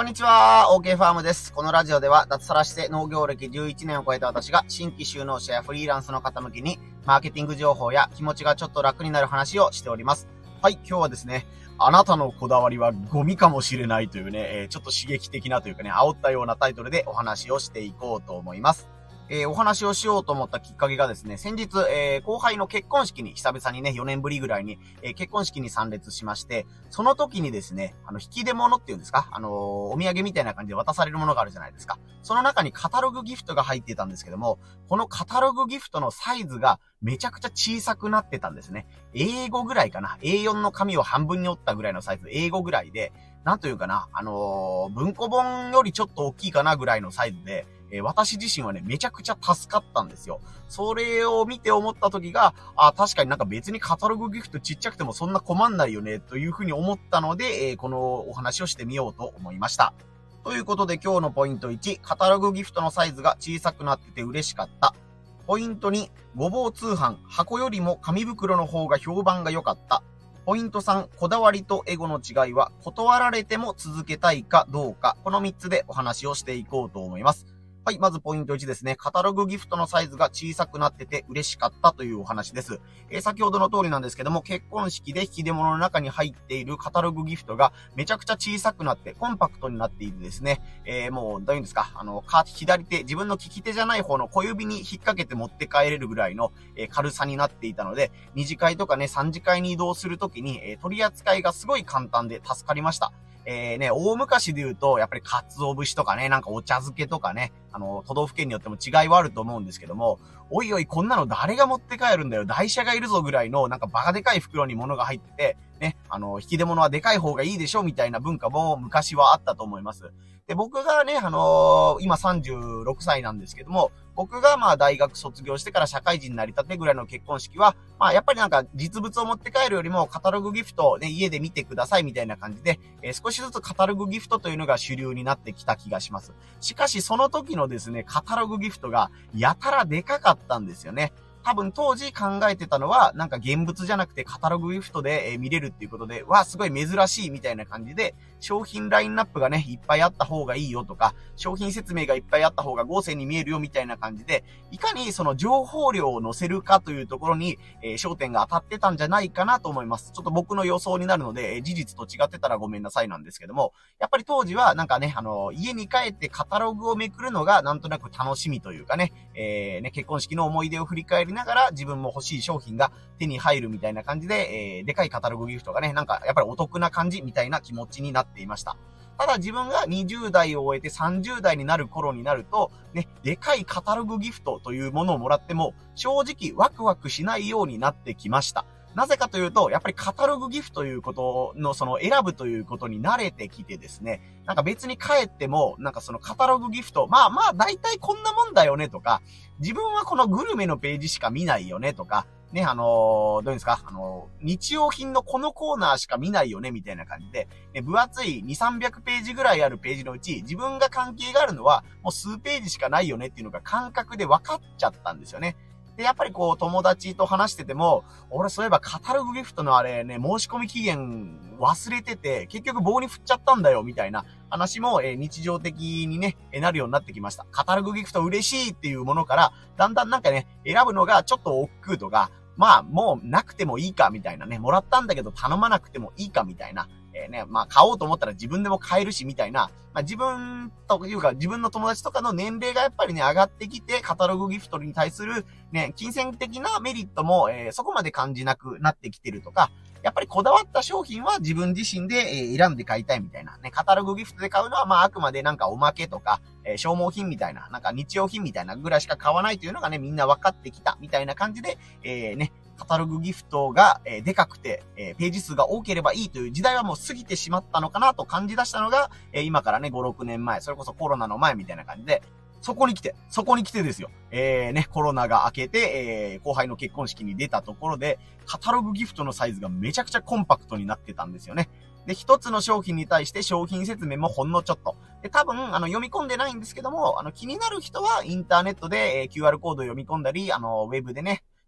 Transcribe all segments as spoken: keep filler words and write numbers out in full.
んにちは、OK ファームです。このラジオでは脱サラして農業歴じゅういちねんを超えた私が新規就農者やフリーランスの方向けにマーケティング情報や気持ちがちょっと楽になる話をしております。はい、今日はですね、あなたのこだわりはゴミかもしれないというね、えー、ちょっと刺激的なというかね、煽ったようなタイトルでお話をしていこうと思います。えー、お話をしようと思ったきっかけがですね、先日、えー、後輩の結婚式に久々にね、よねんぶりぐらいに、えー、結婚式に参列しまして、その時にですね、あの、引き出物っていうんですか、あのー、お土産みたいな感じで渡されるものがあるじゃないですか。その中にカタログギフトが入ってたんですけども、このカタログギフトのサイズがめちゃくちゃ小さくなってたんですね。英語ぐらいかな。エーよん の紙を半分に折ったぐらいのサイズ、英語ぐらいで、なんというかな、あのー、文庫本よりちょっと大きいかなぐらいのサイズで、えー、私自身はね、めちゃくちゃ助かったんですよ。それを見て思った時が、あ、確かになんか別にカタログギフトちっちゃくてもそんな困んないよね、というふうに思ったので、えー、このお話をしてみようと思いました。ということで今日のポイントいち、カタログギフトのサイズが小さくなってて嬉しかった。ポイントに、ごぼう通販、箱よりも紙袋の方が評判が良かった。ポイントさん、こだわりとエゴの違いは、断られても続けたいかどうか、このみっつでお話をしていこうと思います。はい、まずポイントいちですね。カタログギフトのサイズが小さくなってて嬉しかったというお話です。えー、先ほどの通りなんですけども、結婚式で引き出物の中に入っているカタログギフトがめちゃくちゃ小さくなって、コンパクトになっているですね。えー、もう、どういうんですか、あの、か、左手、自分の利き手じゃない方の小指に引っ掛けて持って帰れるぐらいの、えー、軽さになっていたので、二次会とかね、三次会に移動するときに、えー、取り扱いがすごい簡単で助かりました。えーね、大昔で言うと、やっぱり鰹節とかね、なんかお茶漬けとかね、あの、都道府県によっても違いはあると思うんですけども、おいおい、こんなの誰が持って帰るんだよ、台車がいるぞぐらいの、なんかバカでかい袋に物が入ってて、ね、あの、引き出物はでかい方がいいでしょ、みたいな文化も昔はあったと思います。で、僕がね、あのー、今さんじゅうろくさいなんですけども、僕がまあ大学卒業してから社会人になりたてぐらいの結婚式は、まあやっぱりなんか実物を持って帰るよりもカタログギフトをね、家で見てくださいみたいな感じで、えー、少しずつカタログギフトというのが主流になってきた気がします。しかしその時のですね、カタログギフトがやたらでかかったんですよね。多分当時考えてたのは、なんか現物じゃなくてカタログギフトで、えー、見れるっていうことで、わあ、すごい珍しいみたいな感じで、商品ラインナップがね、いっぱいあった方がいいよとか、商品説明がいっぱいあった方が豪勢に見えるよみたいな感じで、いかにその情報量を載せるかというところに、えー、焦点が当たってたんじゃないかなと思います。ちょっと僕の予想になるので、えー、事実と違ってたらごめんなさいなんですけども、やっぱり当時はなんかね、あのー、家に帰ってカタログをめくるのがなんとなく楽しみというかね、えー、ね、結婚式の思い出を振り返りながら自分も欲しい商品が手に入るみたいな感じで、えー、でかいカタログギフトがね、なんかやっぱりお得な感じみたいな気持ちになっていました。ただ自分がにじゅう代を終えてさんじゅう代になる頃になると、ね、でかいカタログギフトというものをもらっても、正直ワクワクしないようになってきました。なぜかというと、やっぱりカタログギフトということの、その選ぶということに慣れてきてですね、なんか別に帰っても、なんかそのカタログギフト、まあまあ大体こんなもんだよねとか、自分はこのグルメのページしか見ないよねとか、ね、あのー、どういうんですか、あのー、日用品のこのコーナーしか見ないよね、みたいな感じで、ね、分厚いに、さんびゃくページぐらいあるページのうち、自分が関係があるのは、もう数ページしかないよねっていうのが感覚で分かっちゃったんですよね。で、やっぱりこう、友達と話してても、俺そういえばカタログギフトのあれね、申し込み期限忘れてて、結局棒に振っちゃったんだよ、みたいな話も、えー、日常的にね、えー、なるようになってきました。カタログギフト嬉しいっていうものから、だんだんなんかね、選ぶのがちょっと億劫とか、まあ、もうなくてもいいか、みたいなね、もらったんだけど頼まなくてもいいか、みたいな。えー、ね、まあ、買おうと思ったら自分でも買えるし、みたいな。まあ、自分というか、自分の友達とかの年齢がやっぱりね、上がってきて、カタログギフトに対する、ね、金銭的なメリットも、えー、そこまで感じなくなってきてるとか、やっぱりこだわった商品は自分自身で、えー、選んで買いたいみたいな。ね、カタログギフトで買うのは、まあ、あくまでなんかおまけとか、えー、消耗品みたいな、なんか日用品みたいなぐらいしか買わないというのがね、みんな分かってきた、みたいな感じで、えー、ね、カタログギフトが、えー、でかくて、えー、ページ数が多ければいいという時代はもう過ぎてしまったのかなと感じ出したのが、えー、今からね、ご、ろくねんまえ、それこそコロナの前みたいな感じで、そこに来て、そこに来てですよ。えー、ね、コロナが明けて、えー、後輩の結婚式に出たところで、カタログギフトのサイズがめちゃくちゃコンパクトになってたんですよね。で、一つの商品に対して商品説明もほんのちょっと。で、多分、あの、読み込んでないんですけども、あの、気になる人はインターネットで、えー、キューアール コードを読み込んだり、あの、ウェブでね、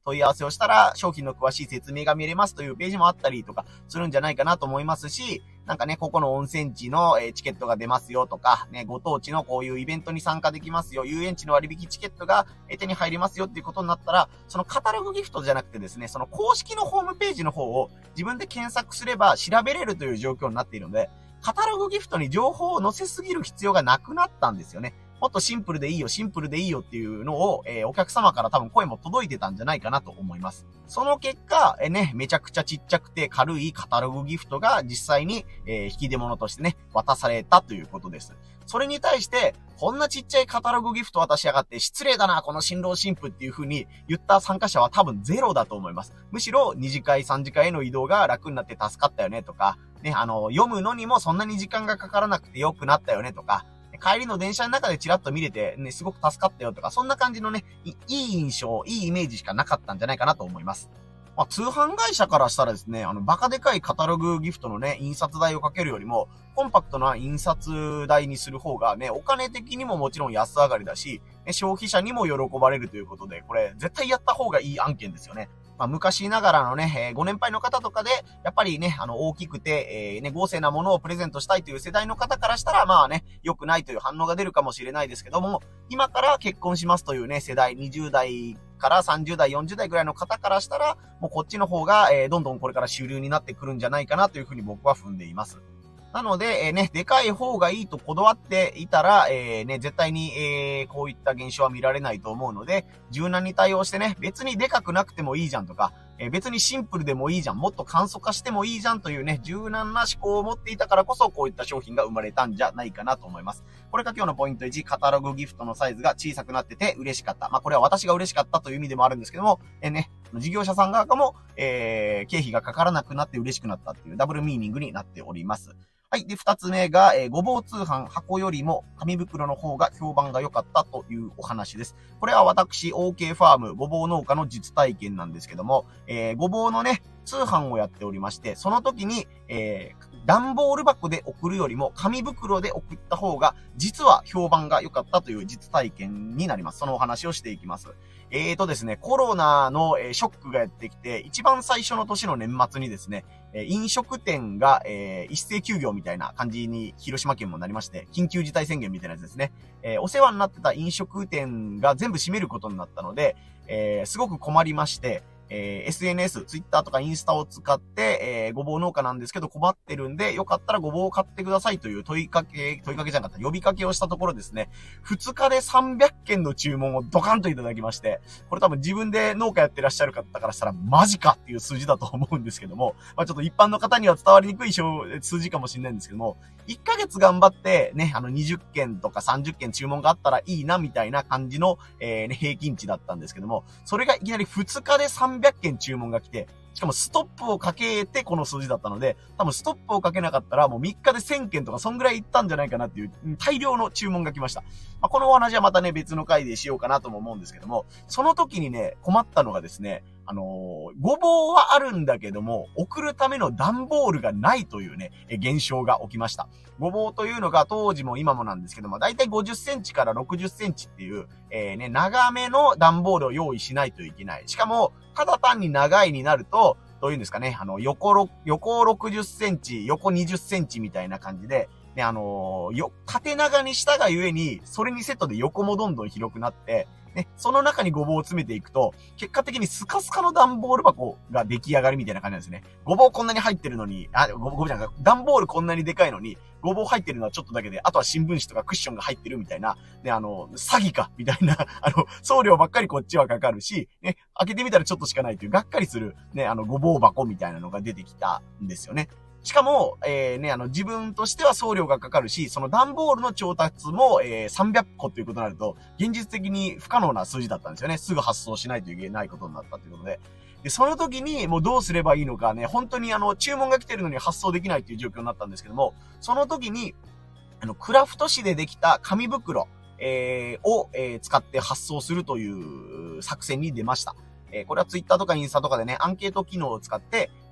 問い合わせをしたら商品の詳しい説明が見れますというページもあったりとかするんじゃないかなと思いますし、なんかね、ここの温泉地の、えー、チケットが出ますよとか、ね、ご当地のこういうイベントに参加できますよ、遊園地の割引チケットが手に入りますよっていうことになったら、そのカタログギフトじゃなくてですね、その公式のホームページの方を自分で検索すれば調べれるという状況になっているので、カタログギフトに情報を載せすぎる必要がなくなったんですよね。もっとシンプルでいいよ、シンプルでいいよっていうのを、えー、お客様から多分声も届いてたんじゃないかなと思います。その結果、えー、ね、めちゃくちゃちっちゃくて軽いカタログギフトが実際に、えー、引き出物としてね、渡されたということです。それに対して、こんなちっちゃいカタログギフト渡しやがって失礼だな、この新郎新婦っていう風に言った参加者は多分ゼロだと思います。むしろ二次会三次会への移動が楽になって助かったよねとか、ね、あの、読むのにもそんなに時間がかからなくて良くなったよねとか、帰りの電車の中でチラッと見れて、ね、すごく助かったよとか、そんな感じのね、いい印象、いいイメージしかなかったんじゃないかなと思います。まあ、通販会社からしたらですね、あの、バカでかいカタログギフトのね、印刷代をかけるよりも、コンパクトな印刷代にする方がね、お金的にももちろん安上がりだし、ね、消費者にも喜ばれるということで、これ、絶対やった方がいい案件ですよね。まあ、昔ながらのね、えー、ご年配の方とかで、やっぱりね、あの、大きくて、えー、ね、豪勢なものをプレゼントしたいという世代の方からしたら、まあね、良くないという反応が出るかもしれないですけども、今から結婚しますというね、世代、にじゅう代からさんじゅう代、よんじゅう代ぐらいの方からしたら、もうこっちの方が、えー、どんどんこれから主流になってくるんじゃないかなというふうに僕は踏んでいます。なので、えー、ね、でかい方がいいとこだわっていたら、えー、ね、絶対に、えー、こういった現象は見られないと思うので、柔軟に対応してね、別にでかくなくてもいいじゃんとか、えー、別にシンプルでもいいじゃん、もっと簡素化してもいいじゃんというね、柔軟な思考を持っていたからこそ、こういった商品が生まれたんじゃないかなと思います。これが今日のポイントいち、カタログギフトのサイズが小さくなってて嬉しかった。まあ、これは私が嬉しかったという意味でもあるんですけども、えー、ね、事業者さん側も、えー、経費がかからなくなって嬉しくなったっていうダブルミーニングになっております。はい。で、二つ目が、えー、ごぼう通販箱よりも紙袋の方が評判が良かったというお話です。これは私、オーケー ファームごぼう農家の実体験なんですけども、えー、ごぼうのね、通販をやっておりまして、その時に、えー、段ボール箱で送るよりも紙袋で送った方が、実は評判が良かったという実体験になります。そのお話をしていきます。えーとですね、コロナの、えー、ショックがやってきて、一番最初の年の年末にですね、えー、飲食店が、えー、一斉休業みたいな感じに広島県もなりまして、緊急事態宣言みたいなやつですね。えー、お世話になってた飲食店が全部閉めることになったので、えー、すごく困りまして、えー、エスエヌエス、ツイッターとかインスタを使って、えー、ごぼう農家なんですけど困ってるんで、よかったらごぼうを買ってくださいという問いかけ、問いかけじゃなかった、呼びかけをしたところですね、ふつかでさんびゃっけんの注文をドカンといただきまして、これ多分自分で農家やってらっしゃる方からしたらマジかっていう数字だと思うんですけども、まあちょっと一般の方には伝わりにくい数字かもしれないんですけども、いっかげつ頑張ってね、あのにじゅっけんとかさんじゅっけん注文があったらいいなみたいな感じの、えーね、平均値だったんですけども、それがいきなりふつかでさんびゃっけん注文が来て、しかもストップをかけてこの数字だったので、多分ストップをかけなかったらもうみっかでせんけんとかそんぐらいいったんじゃないかなっていう大量の注文が来ました。まあ、このお話はまたね別の回でしようかなとも思うんですけども、その時にね困ったのがですね、あのー、ごぼうはあるんだけども、送るための段ボールがないというね、現象が起きました。ごぼうというのが当時も今もなんですけども、だいたいごじゅっセンチからろくじゅっセンチっていう、えー、ね、長めの段ボールを用意しないといけない。しかも、ただ単に長いになると、どういうんですかね、あの、横、横ろくじゅっセンチ、横にじゅっセンチみたいな感じで、ね、あのー、よ、縦長にしたがゆえに、それにセットで横もどんどん広くなって、ね、その中にごぼうを詰めていくと、結果的にスカスカの段ボール箱が出来上がりみたいな感じなんですね。ごぼうこんなに入ってるのに、あ、ごぼう、ごぼうじゃなくて、段ボールこんなにでかいのに、ごぼう入ってるのはちょっとだけで、あとは新聞紙とかクッションが入ってるみたいな、ね、あの、詐欺か、みたいな、あの、送料ばっかりこっちはかかるし、ね、開けてみたらちょっとしかないという、がっかりする、ね、あの、ごぼう箱みたいなのが出てきたんですよね。しかも、えー、ね、あの、自分としては送料がかかるし、その段ボールの調達も、えー、さんびゃっこっていうことになると、現実的に不可能な数字だったんですよね。すぐ発送しないといけないことになったということで。で、その時に、もうどうすればいいのかね、本当にあの、注文が来てるのに発送できないという状況になったんですけども、その時に、あの、クラフト紙でできた紙袋、えー、を、えー、使って発送するという作戦に出ました。えー、これはツイッターとかインスタとかでね、アンケート機能を使って、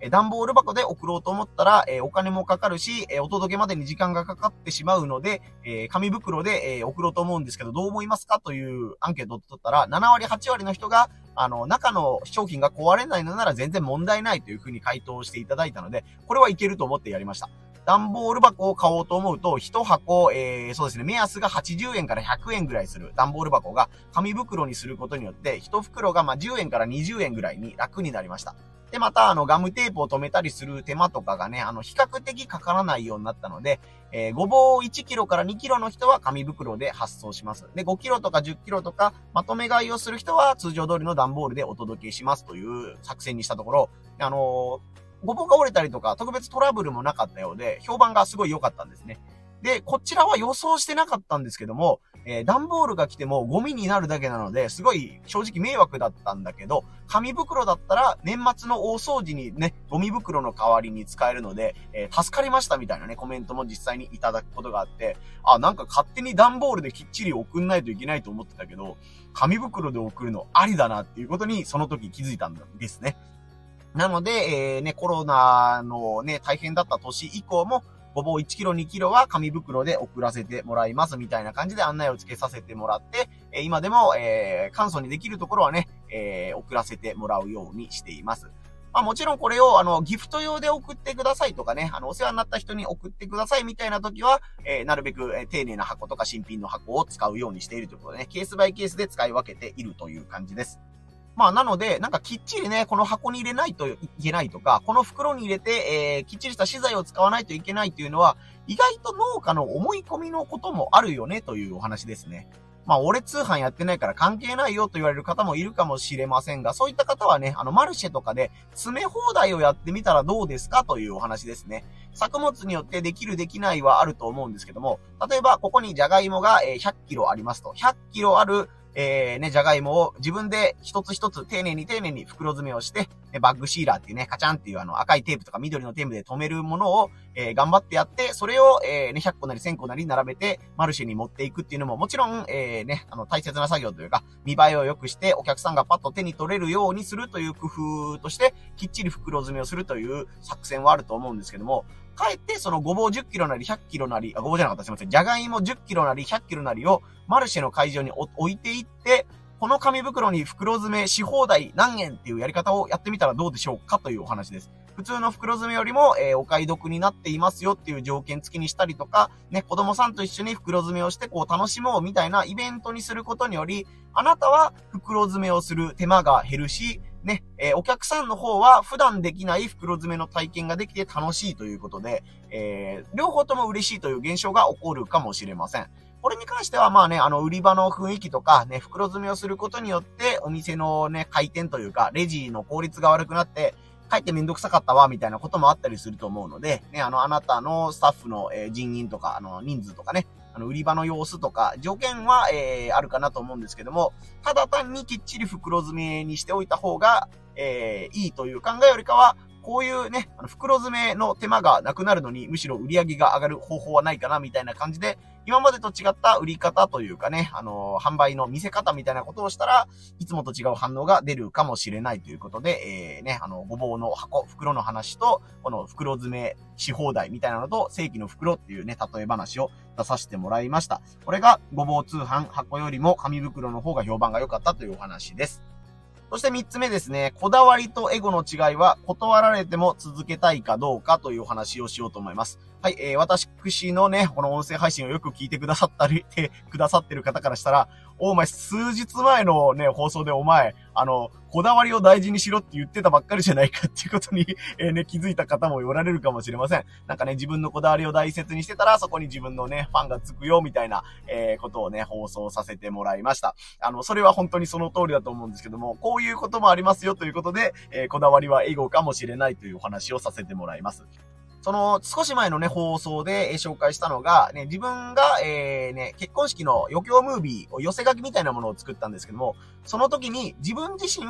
えー、段ボール箱で送ろうと思ったら、えー、お金もかかるし、えー、お届けまでに時間がかかってしまうので、えー、紙袋で、えー、送ろうと思うんですけど、どう思いますかというアンケートを取ったら、ななわり、はちわりの人が、あの、中の商品が壊れないのなら全然問題ないというふうに回答していただいたので、これはいけると思ってやりました。段ボール箱を買おうと思うと、一箱、えー、そうですね、目安がはちじゅうえんからひゃくえんぐらいする段ボール箱が紙袋にすることによって、一袋がまあじゅうえんからにじゅうえんぐらいに楽になりました。で、また、あの、ガムテープを留めたりする手間とかがね、あの、比較的かからないようになったので、えー、ごぼういちキロからにキロの人は紙袋で発送します。で、ごキロとかじゅっキロとか、まとめ買いをする人は通常通りの段ボールでお届けしますという作戦にしたところ、あのー、ごぼうが折れたりとか、特別トラブルもなかったようで、評判がすごい良かったんですね。で、こちらは予想してなかったんですけども、えー、段ボールが来てもゴミになるだけなので、すごい正直迷惑だったんだけど、紙袋だったら年末の大掃除にね、ゴミ袋の代わりに使えるので、えー、助かりましたみたいなね、コメントも実際にいただくことがあって、あ、なんか勝手に段ボールできっちり送んないといけないと思ってたけど、紙袋で送るのありだなっていうことにその時気づいたんですね。なので、えー、ね、コロナのね、大変だった年以降も、ごぼういちキロにキロは紙袋で送らせてもらいますみたいな感じで案内をつけさせてもらって、えー、今でも、えー、簡素にできるところはね、えー、送らせてもらうようにしています。まあもちろんこれをあのギフト用で送ってくださいとかね、あのお世話になった人に送ってくださいみたいな時は、えー、なるべく、えー、丁寧な箱とか新品の箱を使うようにしているということでね、ケースバイケースで使い分けているという感じです。まあ、なので、なんかきっちりね、この箱に入れないといけないとか、この袋に入れて、えー、きっちりした資材を使わないといけないというのは、意外と農家の思い込みのこともあるよね、というお話ですね。まあ、俺通販やってないから関係ないよと言われる方もいるかもしれませんが、そういった方はね、あの、マルシェとかで詰め放題をやってみたらどうですかというお話ですね。作物によってできるできないはあると思うんですけども、例えば、ここにジャガイモがひゃっキロありますと。ひゃっキロあるえー、ね、じゃがいもを自分で一つ一つ丁寧に丁寧に袋詰めをして、バッグシーラーっていうね、カチャンっていうあの赤いテープとか緑のテープで留めるものを、えー、頑張ってやって、それを、えー、ね、ひゃっこなりせんこなり並べて、マルシェに持っていくっていうのももちろん、えー、ね、あの、大切な作業というか、見栄えを良くして、お客さんがパッと手に取れるようにするという工夫として、きっちり袋詰めをするという作戦はあると思うんですけども、かえってそのごぼうじゅっキロなりひゃっキロなり、あ、ごぼうじゃなかったすいません、じゃがいもじゅっキロなりひゃっキロなりをマルシェの会場に置いていって、この紙袋に袋詰めし放題何円っていうやり方をやってみたらどうでしょうかというお話です。普通の袋詰めよりも、えー、お買い得になっていますよっていう条件付きにしたりとか、ね、子供さんと一緒に袋詰めをしてこう楽しもうみたいなイベントにすることにより、あなたは袋詰めをする手間が減るし、ね、えー、お客さんの方は普段できない袋詰めの体験ができて楽しいということで、えー、両方とも嬉しいという現象が起こるかもしれません。これに関してはまあね、あの売り場の雰囲気とかね、袋詰めをすることによってお店のね、回転というか、レジの効率が悪くなって、帰ってめんどくさかったわ、みたいなこともあったりすると思うので、ね、あの、あなたのスタッフの、えー、人員とか、あの、人数とかね、あの、売り場の様子とか、条件は、えー、あるかなと思うんですけども、ただ単にきっちり袋詰めにしておいた方が、えー、いいという考えよりかは、こういうね、あの袋詰めの手間がなくなるのに、むしろ売り上げが上がる方法はないかな、みたいな感じで、今までと違った売り方というかね、あのー、販売の見せ方みたいなことをしたら、いつもと違う反応が出るかもしれないということで、えー、ね、あの、ごぼうの箱、袋の話と、この袋詰めし放題みたいなのと、正規の袋っていうね、例え話を出させてもらいました。これが、ごぼう通販箱よりも紙袋の方が評判が良かったというお話です。そして三つ目ですね、こだわりとエゴの違いは断られても続けたいかどうかというお話をしようと思います。はい、えー、私のね、この音声配信をよく聞いてくださったり、てくださってる方からしたら、お前数日前のね、放送でお前、あの、こだわりを大事にしろって言ってたばっかりじゃないかっていうことに、えー、ね、気づいた方もおられるかもしれません。なんかね、自分のこだわりを大切にしてたら、そこに自分のね、ファンがつくよ、みたいな、えー、ことをね、放送させてもらいました。あの、それは本当にその通りだと思うんですけども、こういうこともありますよということで、えー、こだわりはエゴかもしれないというお話をさせてもらいます。その、少し前のね、放送で、えー、紹介したのが、ね、自分が、えー、ね、結婚式の余興ムービーを寄せ書きみたいなものを作ったんですけども、その時に自分自身は、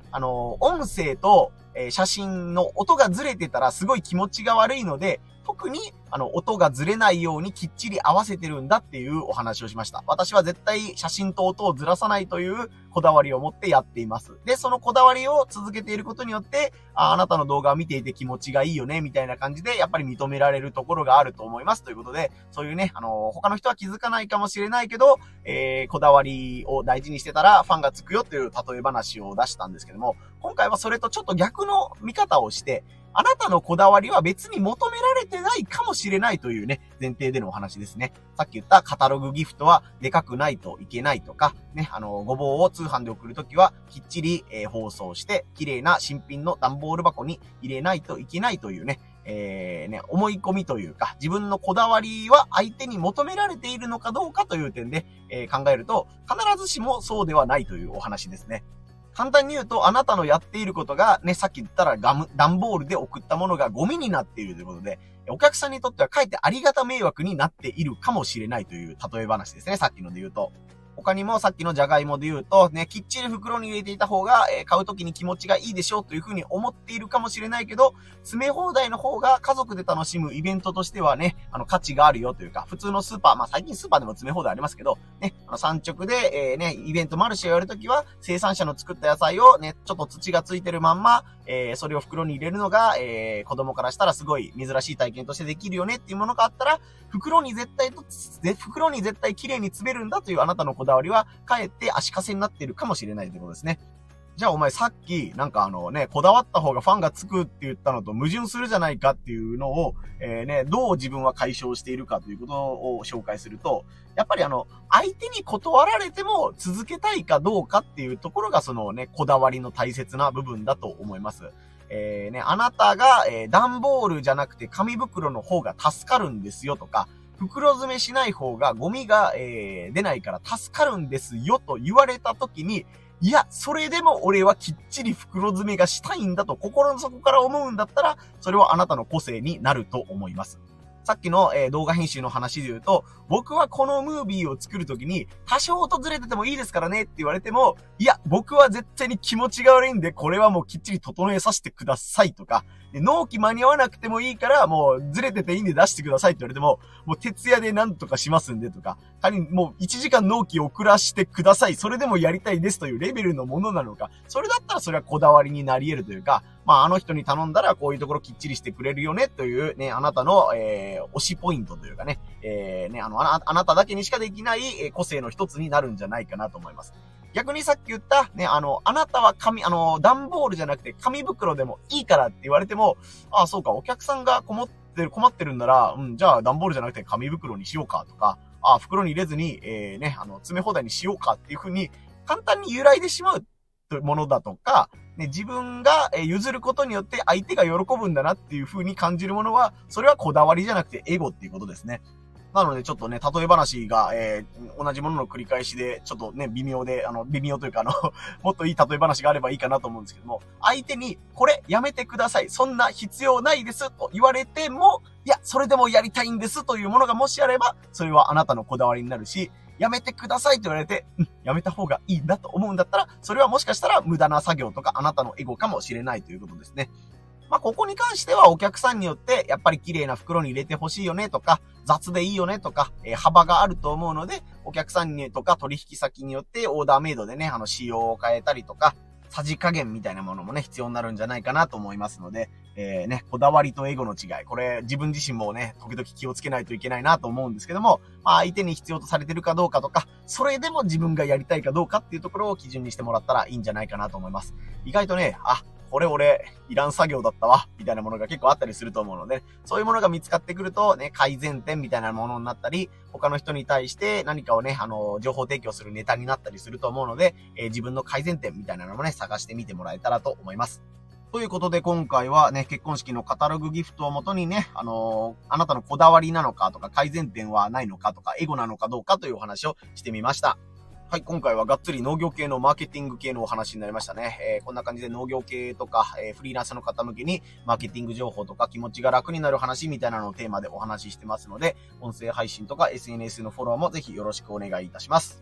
あの、音声と、えー、写真の音がずれてたらすごい気持ちが悪いので、特に、あの、音がずれないようにきっちり合わせてるんだっていうお話をしました。私は絶対写真と音をずらさないというこだわりを持ってやっています。で、そのこだわりを続けていることによって、あ、あなたの動画を見ていて気持ちがいいよね、みたいな感じで、やっぱり認められるところがあると思います。ということで、そういうね、あの、他の人は気づかないかもしれないけど、えー、こだわりを大事にしてたらファンがつくよという例え話を出したんですけども、今回はそれとちょっと逆の見方をして、あなたのこだわりは別に求められてないかもしれないというね、前提でのお話ですね。さっき言ったカタログギフトはでかくないといけないとか、ね、あの、ごぼうを通販で送るときはきっちり、えー、包装して、綺麗な新品の段ボール箱に入れないといけないというね、えー、ね、思い込みというか、自分のこだわりは相手に求められているのかどうかという点で、えー、考えると、必ずしもそうではないというお話ですね。簡単に言うと、あなたのやっていることが、ね、さっき言ったらガム、段ボールで送ったものがゴミになっているということで、お客さんにとってはかえってありがた迷惑になっているかもしれないという例え話ですね、さっきので言うと。他にもさっきのジャガイモで言うと、ね、きっちり袋に入れていた方が、えー、買うときに気持ちがいいでしょうというふうに思っているかもしれないけど、詰め放題の方が家族で楽しむイベントとしてはね、あの価値があるよというか、普通のスーパー、まあ最近スーパーでも詰め放題ありますけど、ね、あの産直で、えー、ね、イベントマルシェをやるときは、生産者の作った野菜をね、ちょっと土がついてるまんま、えー、それを袋に入れるのが、えー、子供からしたらすごい珍しい体験としてできるよねっていうものがあったら、袋に絶対と、袋に絶対綺麗に詰めるんだというあなたのこだわりは、かえって足かせになっているかもしれないということですね。じゃあお前さっき、なんかあのね、こだわった方がファンがつくって言ったのと矛盾するじゃないかっていうのを、えー、ね、どう自分は解消しているかということを紹介すると、やっぱりあの、相手に断られても続けたいかどうかっていうところがそのね、こだわりの大切な部分だと思います。えー、ね、あなたが、えー、段ボールじゃなくて紙袋の方が助かるんですよとか、袋詰めしない方がゴミが、えー、出ないから助かるんですよと言われたときに、いや、それでも俺はきっちり袋詰めがしたいんだと心の底から思うんだったら、それはあなたの個性になると思います。さっきの、えー、動画編集の話で言うと、僕はこのムービーを作るときに、多少訪れててもいいですからねって言われても、いや、僕は絶対に気持ちが悪いんで、これはもうきっちり整えさせてくださいとか、で納期間に合わなくてもいいから、もうずれてていいんで出してくださいって言われても、もう徹夜でなんとかしますんでとか、仮にもういちじかん納期を遅らしてください、それでもやりたいですというレベルのものなのか、それだったらそれはこだわりになり得るというか、まああの人に頼んだらこういうところきっちりしてくれるよねというね、あなたの、えー、推しポイントというかね、えー、ね、あの、あな、あなただけにしかできない個性の一つになるんじゃないかなと思います。逆にさっき言った、ね、あの、あなたは紙、あの、段ボールじゃなくて紙袋でもいいからって言われても、ああ、そうか、お客さんが困ってる、困ってるんなら、うん、じゃあ段ボールじゃなくて紙袋にしようかとか、ああ、袋に入れずに、えー、ね、あの、詰め放題にしようかっていう風に、簡単に揺らいでしまうものだとか、ね、自分が譲ることによって相手が喜ぶんだなっていう風に感じるものは、それはこだわりじゃなくてエゴっていうことですね。なのでちょっとね、例え話が、えー、同じものの繰り返しで、ちょっとね、微妙で、あの、微妙というかあの、もっといい例え話があればいいかなと思うんですけども、相手に、これやめてください。そんな必要ないですと言われても、いや、それでもやりたいんですというものがもしあれば、それはあなたのこだわりになるし、やめてくださいと言われて、うん、やめた方がいいんだと思うんだったら、それはもしかしたら無駄な作業とかあなたのエゴかもしれないということですね。まあ、ここに関してはお客さんによって、やっぱり綺麗な袋に入れてほしいよねとか、雑でいいよねとか、えー、幅があると思うので、お客さんにとか取引先によってオーダーメイドでね、あの仕様を変えたりとか、さじ加減みたいなものもね、必要になるんじゃないかなと思いますので、えー、ね、こだわりとエゴの違い。これ、自分自身もね、時々気をつけないといけないなと思うんですけども、まあ、相手に必要とされてるかどうかとか、それでも自分がやりたいかどうかっていうところを基準にしてもらったらいいんじゃないかなと思います。意外とね、あ、これ俺、いらん作業だったわ、みたいなものが結構あったりすると思うので、そういうものが見つかってくると、ね、改善点みたいなものになったり、他の人に対して何かをね、あの、情報提供するネタになったりすると思うので、えー、自分の改善点みたいなのもね、探してみてもらえたらと思います。ということで今回はね、結婚式のカタログギフトをもとにね、あのー、あなたのこだわりなのかとか改善点はないのかとか、エゴなのかどうかというお話をしてみました。はい、今回はがっつり農業系のマーケティング系のお話になりましたね。えー、こんな感じで農業系とか、えー、フリーランスの方向けにマーケティング情報とか気持ちが楽になる話みたいなのをテーマでお話ししてますので、音声配信とか エスエヌエス のフォローもぜひよろしくお願いいたします。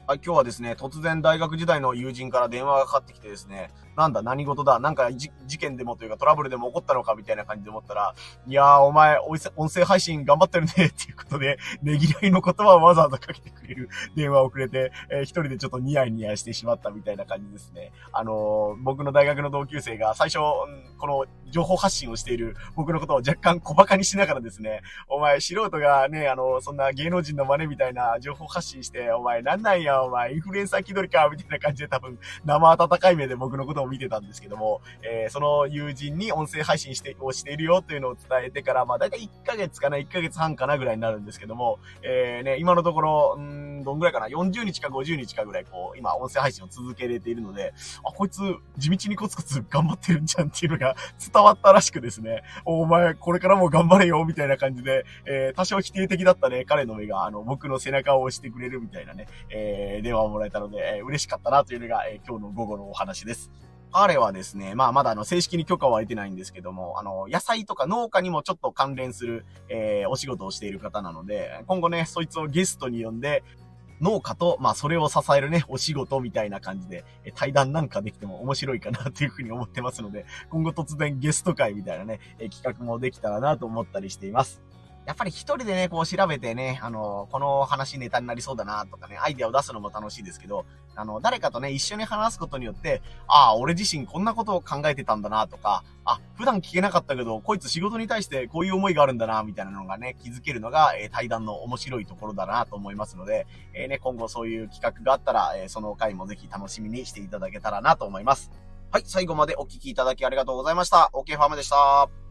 はい、今日はですね、突然大学時代の友人から電話がかかってきてですね、なんだ、何事だ、なんかじ事件でもというかトラブルでも起こったのかみたいな感じで思ったら、いやー、お前、音声配信頑張ってるね、っていうことで、ねぎらいの言葉をわざわざかけてくれる電話をくれて、えー、一人でちょっとニヤニヤしてしまったみたいな感じですね。あのー、僕の大学の同級生が最初、この情報発信をしている僕のことを若干小馬鹿にしながらですね、お前、素人がね、あの、そんな芸能人の真似みたいな情報発信して、お前、なんなんや、お前、インフルエンサー気取りか、みたいな感じで多分、生温かい目で僕のことを見てたんですけども、えー、その友人に音声配信して、をしているよっていうのを伝えてから、まあ、だいたいいっかげつかな、いっかげつはんかなぐらいになるんですけども、えー、ね、今のところ、んーどんぐらいかな、よんじゅうにちかごじゅうにちかぐらい、こう、今、音声配信を続けれているので、あ、こいつ、地道にコツコツ頑張ってるんじゃんっていうのが伝わったらしくですね、お前、これからも頑張れよ、みたいな感じで、えー、多少否定的だったね、彼の目が、あの、僕の背中を押してくれるみたいなね、えー、電話をもらえたので、えー、嬉しかったなというのが、えー、今日の午後のお話です。彼はですね、まあまだあの正式に許可は得てないんですけども、あの、野菜とか農家にもちょっと関連する、えー、お仕事をしている方なので、今後ね、そいつをゲストに呼んで、農家と、まあ、それを支えるね、お仕事みたいな感じで、え対談なんかできても面白いかなっていうふうに思ってますので、今後突然ゲスト会みたいなね、え企画もできたらなと思ったりしています。やっぱり一人でね、こう調べてね、あの、この話ネタになりそうだなとかね、アイデアを出すのも楽しいですけど、あの、誰かとね、一緒に話すことによって、ああ、俺自身こんなことを考えてたんだなとか、あ、普段聞けなかったけど、こいつ仕事に対してこういう思いがあるんだな、みたいなのがね、気づけるのが、えー、対談の面白いところだなと思いますので、えー、ね、今後そういう企画があったら、えー、その回もぜひ楽しみにしていただけたらなと思います。はい、最後までお聞きいただきありがとうございました。OK ファームでした。